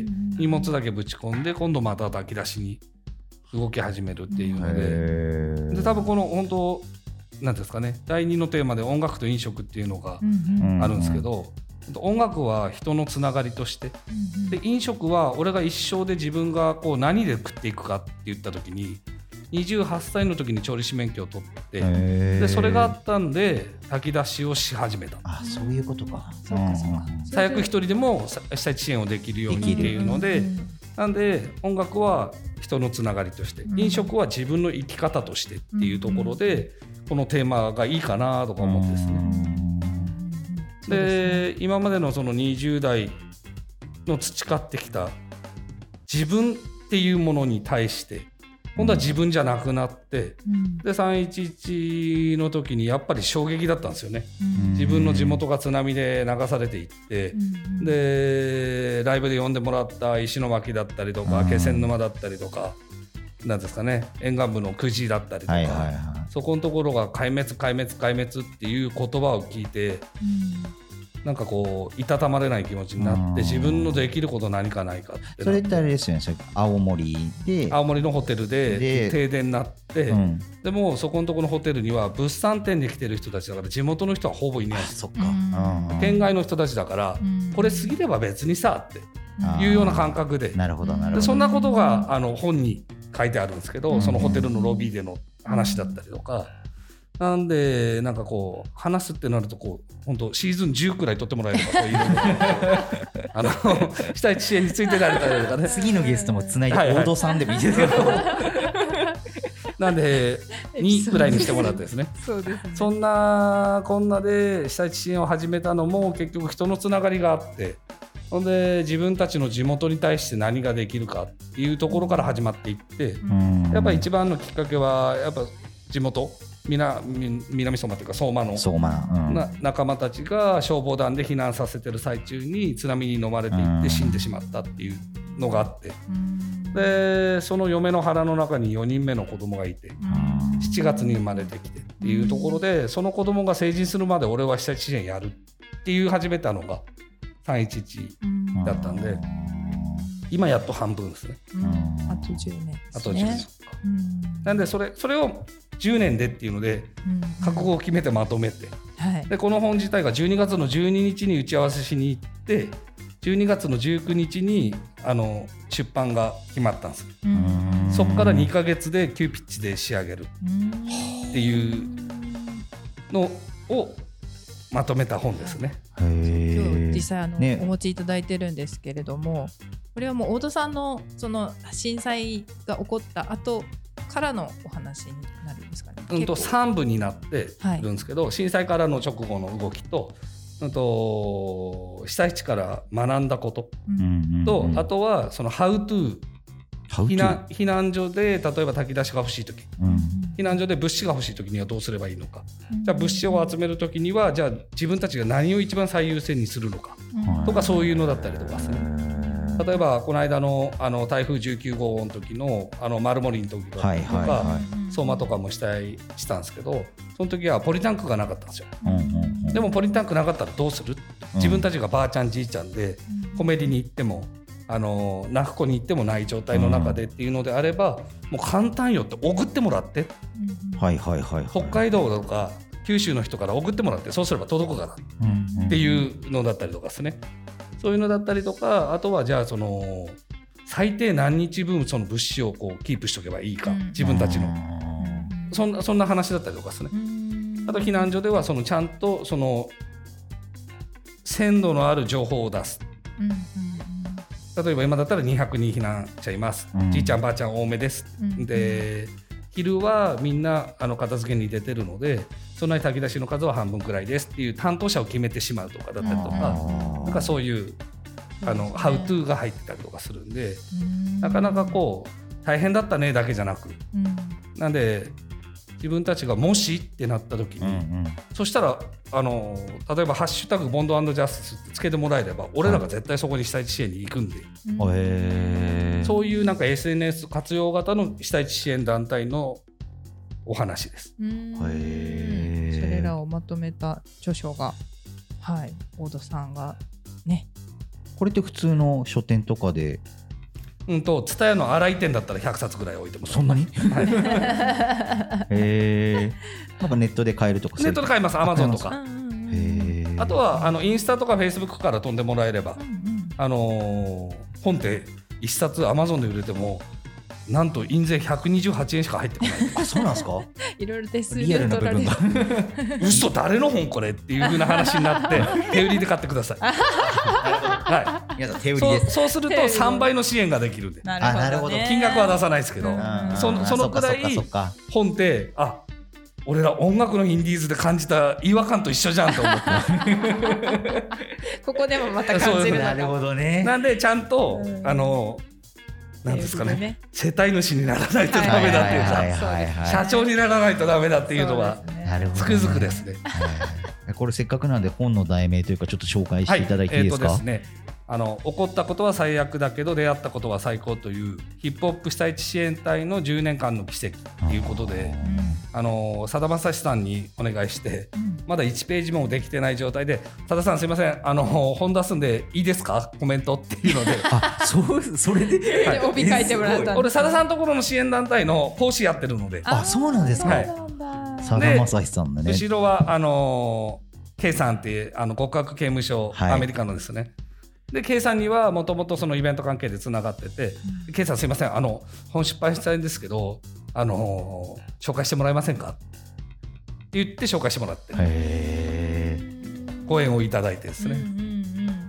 荷物だけぶち込んで今度また炊き出しに動き始めるっていうので、多分この本当なんですかね、第2のテーマで音楽と飲食っていうのがあるんですけど、音楽は人のつながりとして、で飲食は俺が一生で自分がこう何で食っていくかって言った時に、28歳の時に調理師免許を取って、でそれがあったんで炊き出しをし始めた。 そういうことか。 最悪一人でも被災地支援をできるようにっていうので、なんで音楽は人のつながりとして、飲食は自分の生き方としてっていうところで、このテーマがいいかなとか思ってですね。で今までのその20代の培ってきた自分っていうものに対して今度は自分じゃなくなって、で311の時にやっぱり衝撃だったんですよね。自分の地元が津波で流されていって、でライブで呼んでもらった石巻だったりとか気仙沼だったりとかなんですかね、沿岸部の久慈だったりとか、そこのところが壊滅っていう言葉を聞いて、なんかこういたたまれない気持ちになって、自分のできること何かないかって。 それってあれですよね、青森のホテルで停電になって、でもそこのところのホテルには物産展に来てる人たちだから地元の人はほぼいないです。県外の人たちだから、これ過ぎれば別にさっていうような感覚で、でそんなことが本に書いてあるんですけど、そのホテルのロビーでの話だったりとか、なんでなんかこう話すってなるとこう本当シーズン10くらい撮ってもらえればという被災地支援についてられたりとかね。 次のゲストもつないで大戸さんでもいいですよ。 なんで2くらいにしてもらってですね。 そうですね。 そんなこんなで被災地支援を始めたのも結局人のつながりがあって、ほんで自分たちの地元に対して何ができるかっていうところから始まっていって、やっぱり一番のきっかけはやっぱ地元南相馬というか相馬の仲間たちが消防団で避難させてる最中に津波に飲まれていって死んでしまったっていうのがあって、でその嫁の腹の中に4人目の子供がいて、7月に生まれてきてっていうところで、その子供が成人するまで俺は被災地支援やるっていう始めたのが311だったんで、今やっと半分ですね。 あと10年ですね。 あと10年。なんでそれを10年でっていうので覚悟を決めてまとめて、でこの本自体が12月の12日に打ち合わせしに行って、12月の19日に出版が決まったんです。そこから2ヶ月で急ピッチで仕上げるっていうのをまとめた本ですね。 今日実際お持ちいただいてるんですけれども、これはもう大戸さんのその震災が起こった後からのお話になるんですかね。 3部になってるんですけど、震災からの直後の動きと、被災地から学んだことと、あとはその How to避難所で例えば炊き出しが欲しいとき、避難所で物資が欲しいときにはどうすればいいのか、じゃあ物資を集めるときにはじゃあ自分たちが何を一番最優先にするのかとか、そういうのだったりとかですね。例えばこの間の台風19号の時の丸森の時とか相馬とかもしたんですけど、その時はポリタンクがなかったんですよ。でもポリタンクなかったらどうする？自分たちがばあちゃんじいちゃんでコメディに行ってもナフコに行ってもない状態の中でっていうのであれば、もう簡単よって送ってもらって、北海道とか九州の人から送ってもらって、そうすれば届くからっていうのだったりとかですね。そういうのだったりとか、あとはじゃあ最低何日分その物資をこうキープしておけばいいか、自分たちのそんな話だったりとかですね。あと避難所ではちゃんと鮮度のある情報を出す。例えば今だったら200人避難者います、じいちゃんばあちゃん多めです、で昼はみんな片付けに出てるので、そんなに炊き出しの数は半分くらいですっていう担当者を決めてしまうとかだったりとか、なんかそういうHow to が入ってたりとかするんで、なかなかこう大変だったねだけじゃなく、なんで自分たちがもしってなった時に、そしたら例えばハッシュタグボンド&ジャスティスってつけてもらえれば、俺らが絶対そこに被災地支援に行くんで、そういうなんか SNS 活用型の被災地支援団体のお話です。それらをまとめた著書が、大戸さんがね。 これって普通の書店とかで TSUTAYAの新井店だったら100冊ぐらい置いてます。 そんなに？なんかネットで買えるとか。 ネットで買えます。Amazon とか。あとはインスタとか Facebook から飛んでもらえれば、本って1冊 Amazon で売れてもなんと印税128円しか入ってこない。 あ、そうなんですか？ いろいろ手数リアルな部分が嘘、誰の本これっていう風な話になって手売りで買ってください。 皆さん手売りです。 そうすると3倍の支援ができるんで。 なるほど。 金額は出さないですけど、そのくらい本って俺ら音楽のインディーズで感じた違和感と一緒じゃんと思ってここでもまた感じるのか。 なるほどね。 なんでちゃんとなんですかね、世帯主にならないとダメだっていうか、社長にならないとダメだっていうのはつくづくですね。 これせっかくなんで本の題名というかちょっと紹介していただいていいですか？ ですね、起こったことは最悪だけど出会ったことは最高というヒップホップ被災地支援隊の10年間の奇跡ということで、さだまさしさんにお願いして、まだ1ページもできてない状態で、さださんすいません本出すんでいいですかコメントっていうのでそれで帯書いてもらったんです。 俺さださんのところの支援団体の講師やってるので。 そうなんですか？さだまさしさんだね。 後ろはK さんっていう極悪刑務所、アメリカのですね。で K さんにはもともとそのイベント関係でつながってて、K さんすいません本出版したいんですけど紹介してもらえませんかって言って紹介してもらってご縁をいただいてですね。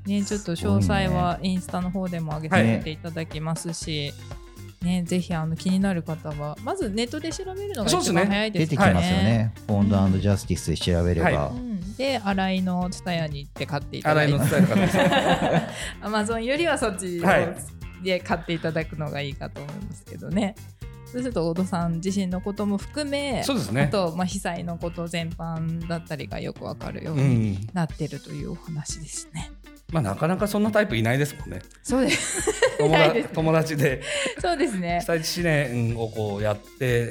ね、ちょっと詳細はインスタの方でも上げさせていただきますし、ね、ぜひ気になる方はまずネットで調べるのが一番早いですね。 出てきますよね。ボンド&ジャスティスで調べれば、 で新井のツタヤに行って買っていただいて、 新井のツタヤからアマゾンよりはそっちで買っていただくのがいいかと思いますけどね。そうすると大戸さん自身のことも含め、 そうですね、 あと、被災のこと全般だったりがよくわかるようになってるというお話ですね。 なかなかそんなタイプいないですもんね。 そうです友達でそうですね、 被災地支援をこうやって、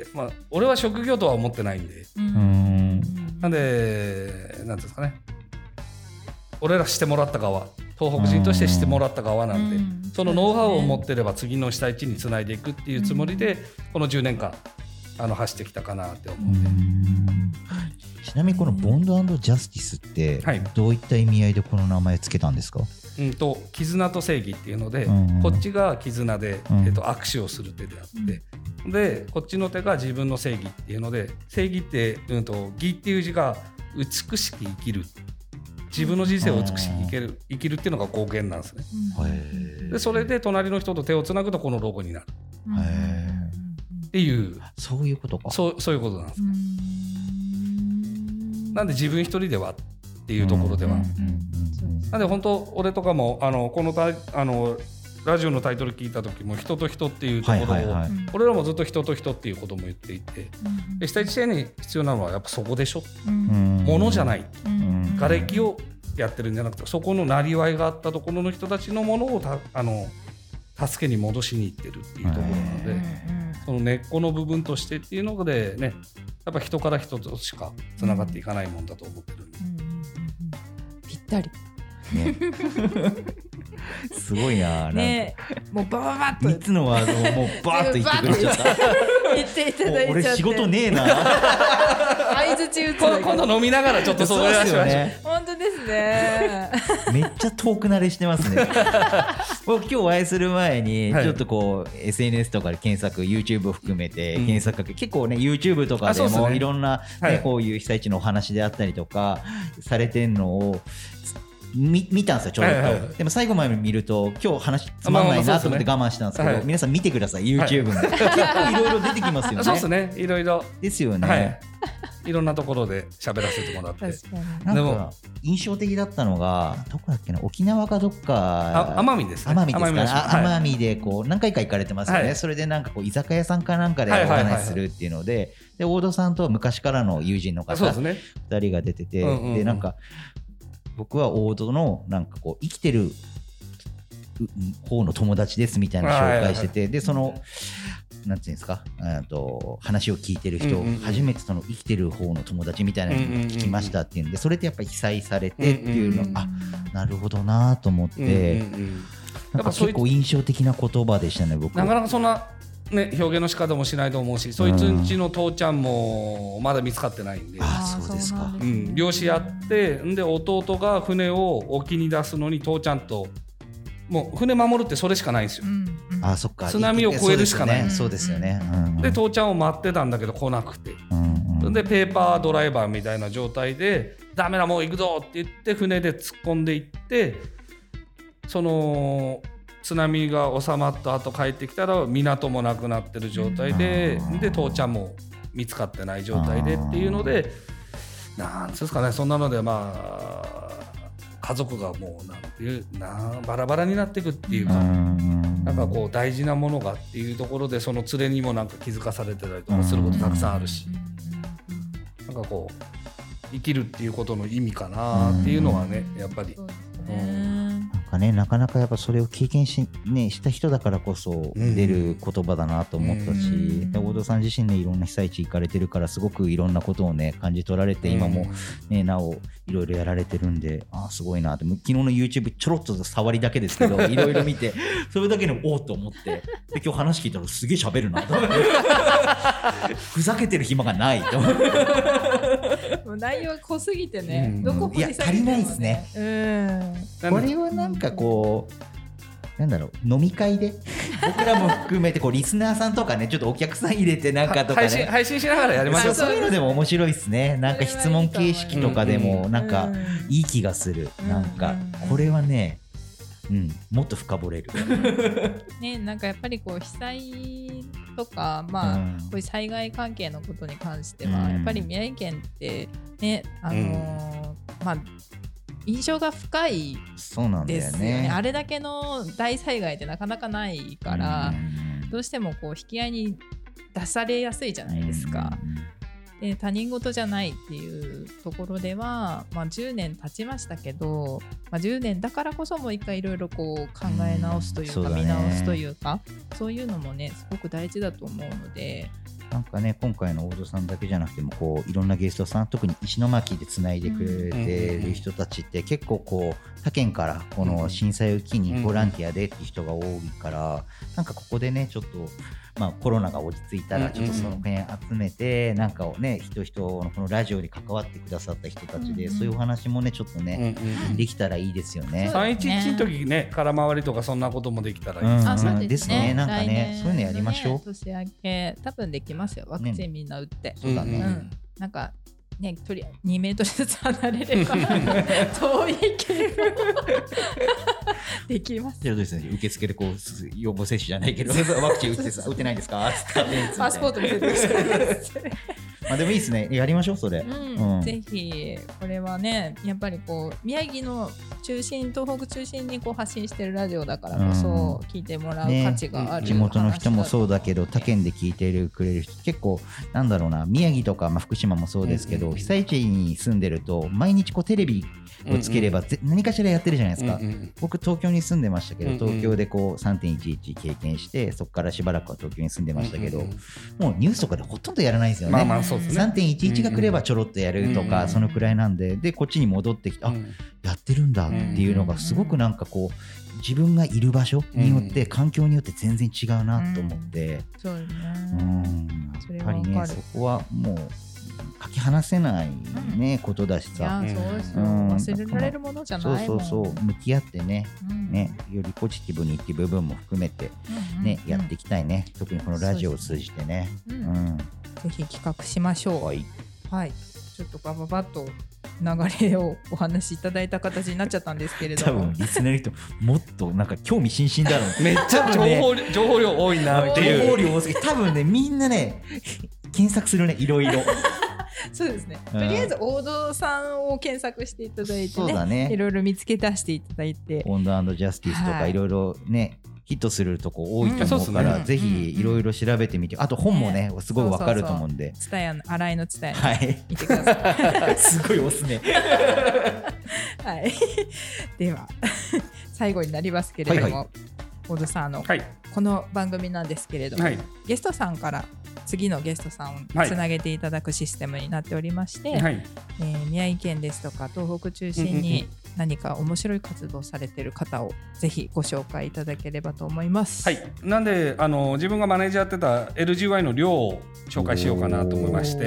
俺は職業とは思ってないんで、なんでなんですかね、俺らしてもらった側、東北人としてしてもらった側なんで、そのノウハウを持ってれば次の被災地につないでいくっていうつもりで、この10年間走ってきたかなって思って。 ちなみにこのボンド&ジャスティスってどういった意味合いでこの名前つけたんですか？ 絆と正義っていうので、こっちが絆で、握手をする手であって、でこっちの手が自分の正義っていうので、正義って、義っていう字が美しく生きる、自分の人生を美しく生きるっていうのが語源なんですね。でそれで隣の人と手をつなぐとこのロゴになるっていう、 そういうことか。 そういうことなんですね。なんで自分一人ではっていうところでは、なんで本当俺とかもこのラジオのタイトル聞いた時も人と人っていうところを、俺らもずっと人と人っていうことも言っていて、被災地支援に必要なのはやっぱそこでしょ、物じゃない、瓦礫をやってるんじゃなくて、そこのなりわいがあったところの人たちのものを助けに戻しに行ってるっていうところなので、その根っこの部分としてっていうのでね、やっぱ人から人としかつながっていかないもんだと思ってるんで、 ぴったりねすごいな。 ね、もうバババッと 3つのワードをもうバーッと言ってくれちゃった言っていただいちゃって、 俺仕事ねえな相づち打つだけ。 今度飲みながらちょっとそうですよね。 本当ですねめっちゃ遠くなれしてますね僕今日お会いする前にちょっとこう SNS とかで検索 YouTube を含めて検索かけ、結構ね YouTube とかでもいろんなこういう被災地のお話であったりとかされてんのを見たんですよちょっと、でも最後まで見ると今日話つまんないなと思って我慢したんですけど、皆さん見てください YouTube で、結構いろいろ出てきますよね。 そうですね、いろいろですよね、 いろんなところで喋らせてもらって、 なんか印象的だったのがどこだっけな、沖縄かどっか、 奄美ですね、 奄美ですかね、奄美でこう何回か行かれてますよね、それでなんかこう居酒屋さんかなんかでお話しするっていうので、で大戸さんと昔からの友人の方2人が出てて、でなんか僕は大戸のなんかこう生きてる方の友達ですみたいな紹介してて、でそのなんていうんですか、話を聞いてる人、初めてその生きてる方の友達みたいなのを聞きましたっていうんで、それってやっぱり被災されてっていうの、なるほどなと思って、なんか結構印象的な言葉でしたね。僕なかなかそんなね、表現の仕方もしないと思うし、そいつんちの父ちゃんもまだ見つかってないんで、 そうですか、 漁師やってんで、弟が船を沖に出すのに父ちゃんともう船守るってそれしかないんですよ、 そっか、 津波を越えるしかない、 そうですよね、 で父ちゃんを待ってたんだけど来なくて、でペーパードライバーみたいな状態でダメだもう行くぞって言って船で突っ込んでいって、その津波が収まった後帰ってきたら港もなくなってる状態で、父ちゃんも見つかってない状態でっていうので、なんですかね、そんなので家族がもうなんていうバラバラになっていくっていうか、なんかこう大事なものがっていうところで、その連れにもなんか気づかされてたりとかすることたくさんあるし、なんかこう生きるっていうことの意味かなっていうのはね、やっぱり。 なかなかやっぱそれを経験した人だからこそ出る言葉だなと思ったし、大戸さん自身ねいろんな被災地行かれてるからすごくいろんなことをね感じ取られて、今もねなおいろいろやられてるんで、すごいなって、昨日の YouTube ちょろっと触りだけですけどいろいろ見てそれだけでもおーと思って、で今日話聞いたらすげえ喋るなと思ってふざけてる暇がないと思ってもう内容が濃すぎてね、どこ掘り下げてもね、 足りないですね、これはなんかこうなんだろう、飲み会で僕らも含めてこうリスナーさんとかねちょっとお客さん入れてなんかとかね配信しながらやりましょう。 そういうのでも面白いですね。なんか質問形式とかでもなんかいい気がする。なんかこれはねもっと深掘れるね、なんかやっぱりこう被災とか、まあこういう災害関係のことに関しては、やっぱり宮城県ってね、まあ印象が深いですよね。あれだけの大災害ってなかなかないから、どうしてもこう引き合いに出されやすいじゃないですか。で他人事じゃないっていうところでは、まあ、10年経ちましたけど、まあ、10年だからこそもう一回いろいろこう考え直すというか、見直すというか、そういうのもねすごく大事だと思うので、 なんかね、今回の大戸さんだけじゃなくてもこういろんなゲストさん、特に石巻でつないでくれてる人たちって結構こう他県からこの震災を機にボランティアでっていう人が多いから、なんかここでねちょっとまあコロナが落ち着いたらちょっとその辺集めて、なんかをね人のこのラジオに関わってくださった人たちで、そういうお話もねちょっとねできたらいいですよね。 311の時ね、空回りとかそんなこともできたらいいですね。なんかねそういうのやりましょう。 年明け多分できますよ。ワクチンみんな打って。 そうだね。 なんかね、とりあえず2メートルずつ離れれば遠いけどできます。 じゃあですね、受付でこう予防接種じゃないけどワクチン打ってないんですかパスポート見せてくださいまあでもいいですね、やりましょうそれ、 ぜひこれはねやっぱりこう宮城の中心、東北中心にこう発信してるラジオだからこそ聞いてもらう価値がある、 地元の人もそうだけど他県で聞いてくれる人結構なんだろうな、宮城とか、まあ、福島もそうですけど、被災地に住んでると毎日こうテレビをつければ何かしらやってるじゃないですか。僕東京に住んでましたけど、東京でこう 3.11 経験してそこからしばらくは東京に住んでましたけど、もうニュースとかでほとんどやらないんですよね。3.11 が来ればちょろっとやるとか、そのくらいなんで、でこっちに戻ってきて、あ、やってるんだっていうのがすごくなんかこう自分がいる場所によって環境によって全然違うなと思って、 そうね、 やっぱりねそこはもうかけ離せないね、ことだしさ、 そうですよ、忘れられるものじゃないもん。 そう向き合ってね、よりポジティブにっていう部分も含めてね、やっていきたいね。特にこのラジオを通じてね、 ぜひ企画しましょう。はい、ちょっとバババッと流れをお話しいただいた形になっちゃったんですけれども、 多分リスナーの人もっとなんか興味津々だろうめっちゃ情報量多いなっていう。 情報量多すぎて多分ねみんなね検索するね、いろいろ。 そうですね、とりあえず大戸さんを検索していただいてね、いろいろ見つけ出していただいて、 ボンド&ジャスティスとかいろいろね、ヒットするとこ多いと思うから、ぜひいろいろ調べてみて、あと本もねすごいわかると思うんで、 ツタヤの新井のツタヤ見てください。 すごい押すね。 はい、では最後になりますけれども、大戸さんこの番組なんですけれども、ゲストさんから次のゲストさんをつなげていただくシステムになっておりまして、宮城県ですとか東北中心に何か面白い活動されている方をぜひご紹介いただければと思います。 なんで自分がマネージャーやってた LGY の寮を紹介しようかなと思いまして、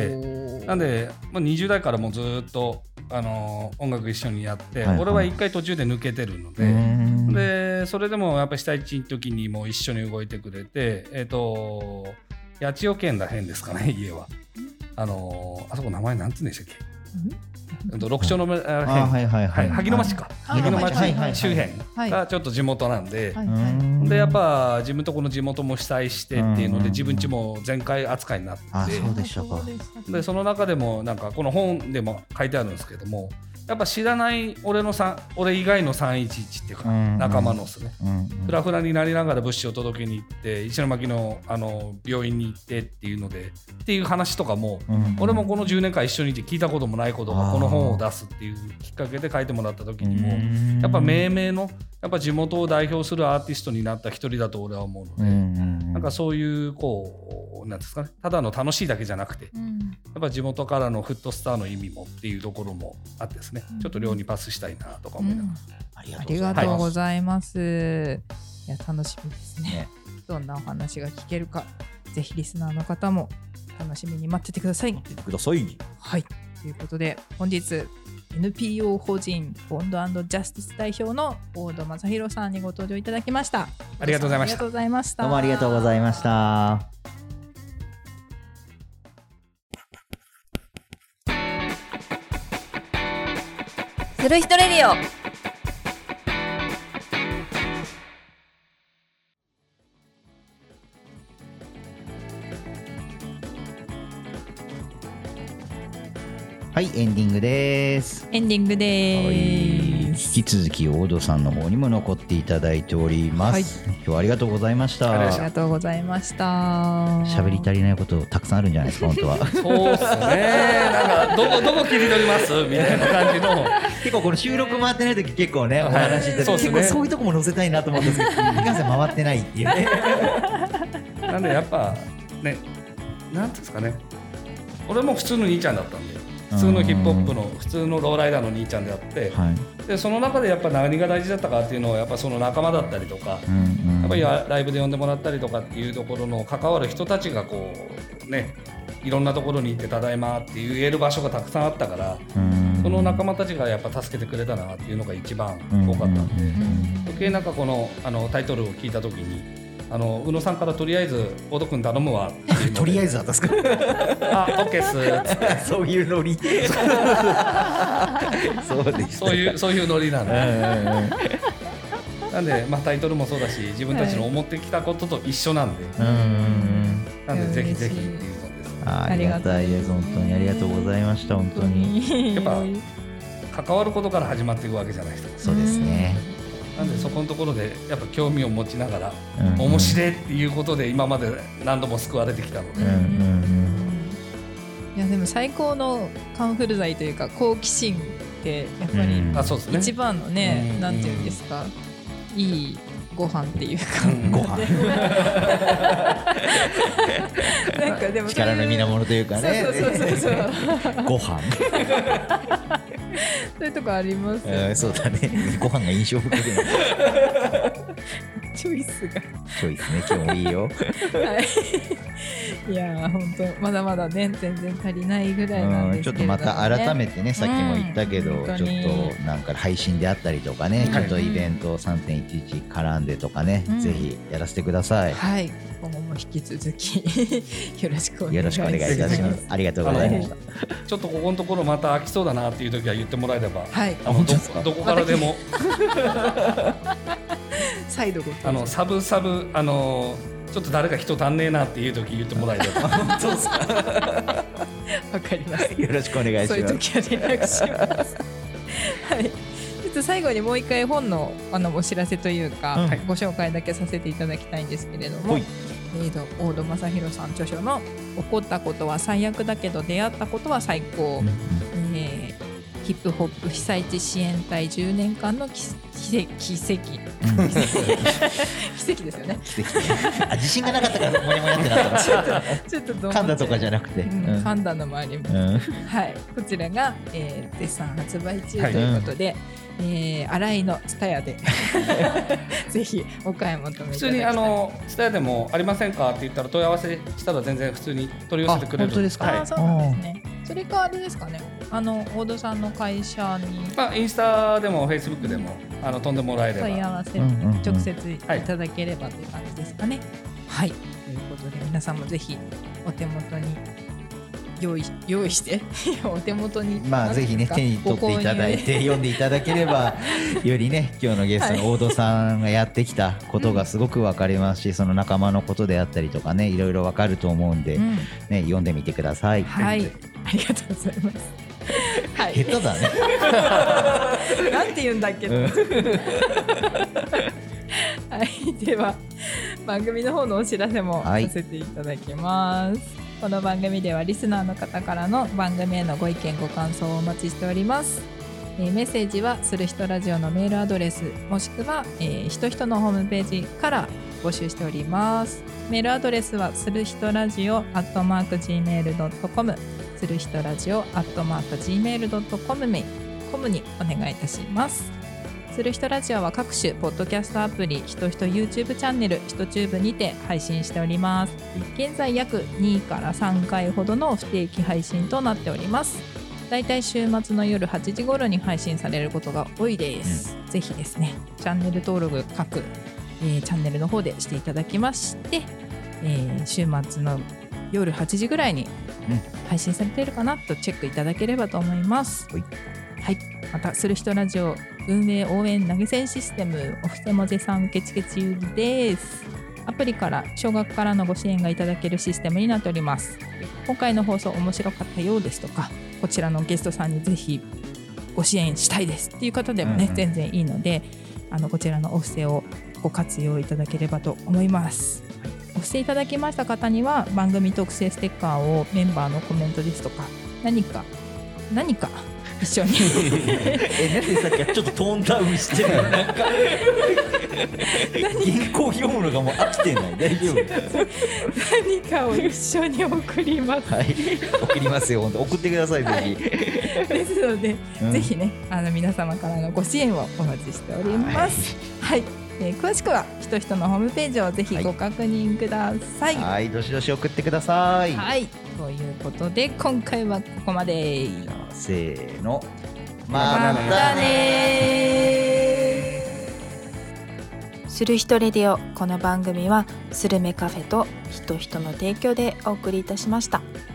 なんで20代からもずっと音楽一緒にやって、俺は1回途中で抜けてるので、それでもやっぱり被災地の時にも一緒に動いてくれて、八千代県らへんですかね、家は。あそこ名前なんて言うんでしたっけ、六丁の村らへん、萩野町か、萩野町周辺がちょっと地元なんで、でやっぱ自分とこの地元も被災してっていうので、自分家も全壊扱いになって、でその中でもなんかこの本でも書いてあるんですけども、やっぱ知らない俺以外の311っていうか、仲間のですね、フラフラになりながら物資を届けに行って石巻の病院に行ってっていうのでっていう話とかも、俺もこの10年間一緒にいて聞いたこともないことがこの本を出すっていうきっかけで書いてもらった時にも、やっぱ命名のやっぱ地元を代表するアーティストになった一人だと俺は思うので、なんかそういうこうなんですかね、ただの楽しいだけじゃなくて、やっぱ地元からのフットスターの意味もっていうところもあってですね、ちょっと寮にパスしたいなとか思いながら、 ありがとうございます。いや楽しみですね。どんなお話が聞けるか、ぜひリスナーの方も楽しみに待っててください。はい、ということで本日NPO 法人ボンド&ジャスティス代表の大戸正弘さんにご登場いただきました。 ありがとうございました。 ありがとうございました。 どうもありがとうございました。 する人レディオ。 はい、エンディングです。 エンディングです。 引き続き大戸さんの方にも残っていただいております、今日はありがとうございました。 ありがとうございました。 喋り足りないことたくさんあるんじゃないですか、本当は。 そうっすね。なんかどこ切り取りますみたいな感じの。 結構この収録回ってない時結構ね、お話してて、結構そういうとこも載せたいなと思ったんですけど、いかんせん回ってないっていうね。 なんでやっぱね、なんていうんですかね、俺も普通の兄ちゃんだったんで、普通のヒップホップの普通のローライダーの兄ちゃんであって、でその中でやっぱ何が大事だったかっていうのはやっぱその仲間だったりとか、やっぱりライブで呼んでもらったりとかっていうところの関わる人たちがこうね、いろんなところに行ってただいまって言える場所がたくさんあったから、その仲間たちがやっぱ助けてくれたなっていうのが一番多かったんで、余計なんかこのタイトルを聞いた時に宇野さんからとりあえず大戸君頼むわっていうのでとりあえずだったんですか。 あ、オッケーっす。 そういうノリ。そうでした。 そういうノリなんで。なんで、タイトルもそうだし、自分たちの思ってきたことと一緒なんで、なんでぜひぜひっていうのです。 ありがたいです。本当にありがとうございました。本当に。 やっぱ関わることから始まっていくわけじゃないですか。 そうですね。 なんでそこのところでやっぱ興味を持ちながら、面白いっていうことで今まで何度も救われてきたので、 いやでも最高のカンフル剤というか好奇心ってやっぱり一番のね、なんていうんですか、いいご飯っていうか、 ご飯なんかでも力の源というかね、ご飯そういうとこありますよね。 そうだね、ご飯が印象深いチョイスがチョイスね、今日もいいよ。 はい、いや本当まだまだね全然足りないぐらいなんですけれども、ね、 ちょっとまた改めてね、さっきも言ったけど、ちょっとなんか配信であったりとかね、ちょっとイベント 3.11 絡んでとかね、ぜひやらせてください。 はい、今後も引き続きよろしくお願いいたします。ありがとうございました。 ちょっとここのところまた飽きそうだなっていう時は言ってもらえれば、 はい、 どこからでも再度ごサブちょっと誰か人足んねえなっていう時言ってもらえれば。 そうですか。わかりました。 よろしくお願いします。 そういう時は連絡します。はい。最後にもう一回本のお知らせというか、ご紹介だけさせていただきたいんですけれども、大戸正弘さん著書の起こったことは最悪だけど出会ったことは最高、ヒップホップ被災地支援隊10年間の奇跡奇跡ですよね。 自信がなかったからモヤモヤってなったちょっと噛んだとかじゃなくて、 噛んだのもあります、はい、こちらが、絶賛発売中ということで、新井のツタヤでぜひお買い求めいただきたい。 普通にツタヤでもありませんかって言ったら問い合わせしたら全然普通に取り寄せてくれる。 本当ですか。 そうなんですね。それかあれですかね、大戸さんの会社に、 インスタでもフェイスブックでも飛んでもらえれば問い合わせ直接いただければという感じですかね。はい、ということで皆さんもぜひお手元に用意してお手元にぜひね手に取っていただいて読んでいただければよりね今日のゲストの大戸さんがやってきたことがすごく分かりますし、その仲間のことであったりとかね、いろいろ分かると思うんで、ね、読んでみてください。 はい、ありがとうございます。はい、 下手だね。 なんて言うんだっけ。はい、では番組の方のお知らせもさせていただきます。この番組ではリスナーの方からの番組へのご意見ご感想をお待ちしております。メッセージはする人ラジオのメールアドレスもしくは、ひとひとのホームページから募集しております。メールアドレスはするひとラジオ@gmail.com するひとラジオ@gmail.com にお願いいたします。するひとラジオは各種ポッドキャストアプリひとひと YouTube チャンネルひとチューブにて配信しております。現在約2から3回ほどの不定期配信となっております。だいたい週末の夜8時頃に配信されることが多いです。ぜひですねチャンネル登録各、チャンネルの方でしていただきまして、週末の夜8時ぐらいに配信されているかなとチェックいただければと思います。はい、またするひとラジオ運営応援投げ銭システムお布施も絶賛受付中です。 アプリから少額からのご支援がいただけるシステムになっております。今回の放送面白かったようですとか、こちらのゲストさんにぜひご支援したいですっていう方でもね、全然いいので、こちらのお布施をご活用いただければと思います。お布施いただきました方には番組特製ステッカーをメンバーのコメントですとか何か一緒になんでさっきはちょっとトーンダウンしてるの？なんか原稿読むのがもう飽きてない？大丈夫？ 何かを一緒に送ります。 はい、送りますよ。本当送ってください、ぜひ。 はい、ですので、ぜひね皆様からのご支援をお待ちしております。はい、詳しくはひとひとのホームページをぜひご確認ください。 はい、どしどし送ってください。 はい、ということで今回はここまで。 せーの、 またね。 する人レディオ、この番組はスルメカフェとひとひとの提供でお送りいたしました。